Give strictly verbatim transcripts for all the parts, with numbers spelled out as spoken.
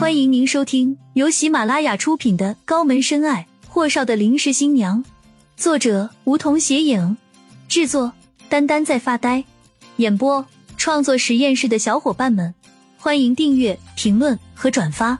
欢迎您收听由喜马拉雅出品的《高门深爱：霍少的临时新娘》，作者梧桐斜影，制作丹丹在发呆，演播创作实验室的小伙伴们，欢迎订阅、评论和转发。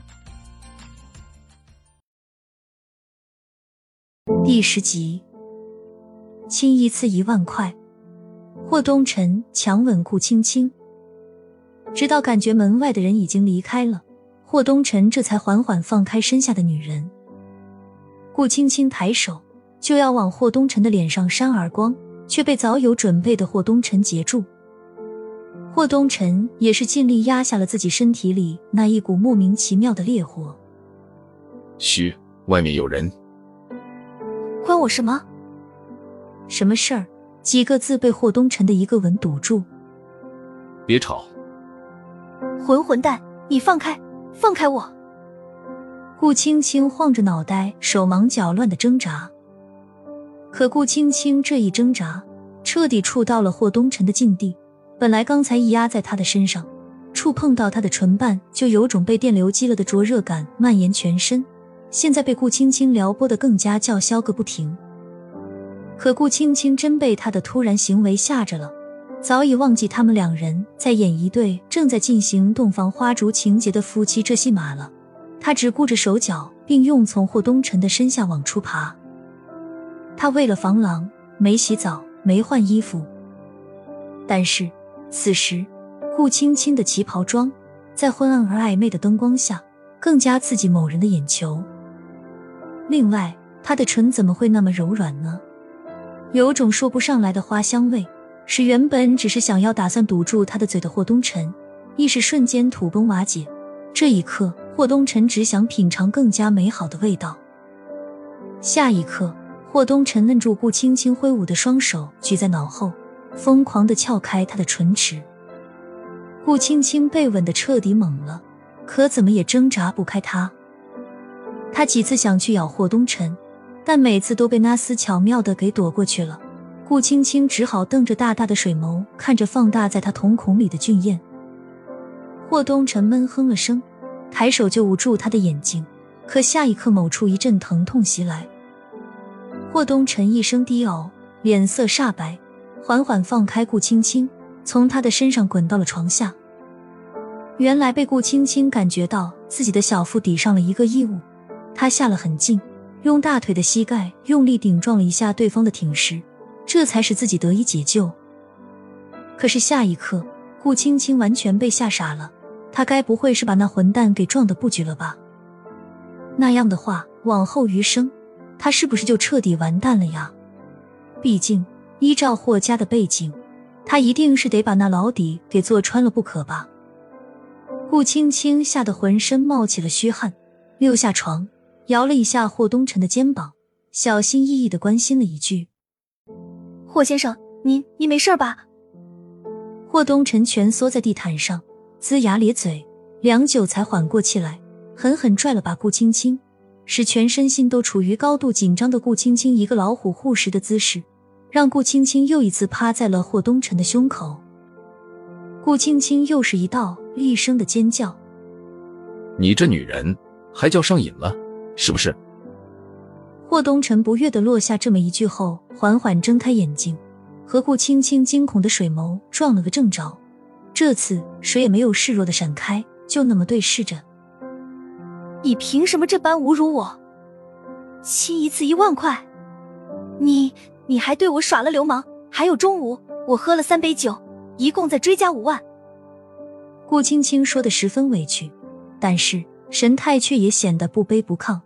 第十集，亲一次一万块。霍东辰强吻顾青青，直到感觉门外的人已经离开了，霍东辰这才缓缓放开身下的女人。顾青青抬手就要往霍东辰的脸上扇耳光，却被早有准备的霍东辰截住。霍东辰也是尽力压下了自己身体里那一股莫名其妙的烈火。 嘘，外面有人。 关我什么？什么事儿？几个字被霍东辰的一个吻堵住。 别吵。 混混蛋，你放开，放开我！顾青青晃着脑袋，手忙脚乱地挣扎。可顾青青这一挣扎，彻底触到了霍东辰的禁地。本来刚才一压在他的身上，触碰到他的唇瓣，就有种被电流击了的灼热感蔓延全身，现在被顾青青撩拨得更加叫嚣个不停。可顾青青真被他的突然行为吓着了，早已忘记他们两人在演一对正在进行洞房花烛情节的夫妻这戏码了。他只顾着手脚，并用从霍东辰的身下往出爬。他为了防狼，没洗澡，没换衣服。但是此时顾青青的旗袍装在昏暗而暧昧的灯光下更加刺激某人的眼球。另外，她的唇怎么会那么柔软呢？有种说不上来的花香味，使原本只是想要打算堵住他的嘴的霍东辰意识瞬间土崩瓦解。这一刻，霍东辰只想品尝更加美好的味道。下一刻，霍东辰摁住顾青青挥舞的双手，举在脑后，疯狂地撬开他的唇齿。顾青青被吻得彻底懵了，可怎么也挣扎不开他。他几次想去咬霍东辰，但每次都被那厮巧妙地给躲过去了。顾青青只好瞪着大大的水眸，看着放大在他瞳孔里的俊艳。霍东辰闷哼了声，抬手就捂住他的眼睛，可下一刻某处一阵疼痛袭来。霍东辰一声低嗷，脸色煞白，缓缓放开顾青青，从他的身上滚到了床下。原来被顾青青感觉到自己的小腹抵上了一个异物，他下了狠劲，用大腿的膝盖用力顶撞了一下对方的挺实，这才使自己得以解救。可是下一刻，顾青青完全被吓傻了，她该不会是把那混蛋给撞得不举了吧？那样的话，往后余生，她是不是就彻底完蛋了呀？毕竟依照霍家的背景，她一定是得把那牢底给做穿了不可吧。顾青青吓得浑身冒起了虚汗，溜下床，摇了一下霍东辰的肩膀，小心翼翼地关心了一句：霍先生，您您没事吧？霍东辰蜷缩在地毯上，龇牙咧嘴，良久才缓过气来，狠狠拽了把顾青青，使全身心都处于高度紧张的顾青青一个老虎护食的姿势，让顾青青又一次趴在了霍东辰的胸口。顾青青又是一道厉声的尖叫： 你这女人还叫上瘾了是不是？ 霍东辰不悦地落下这么一句后，缓缓睁开眼睛，和顾青青惊恐的水眸撞了个正着。这次谁也没有示弱地闪开，就那么对视着。你凭什么这般侮辱我？亲一次一万块？你你还对我耍了流氓？还有中午我喝了三杯酒，一共再追加五万。顾青青说得十分委屈，但是神态却也显得不卑不亢。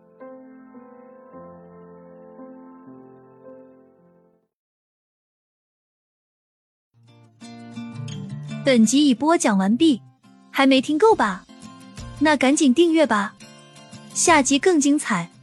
本集已播讲完毕，还没听够吧？那赶紧订阅吧，下集更精彩。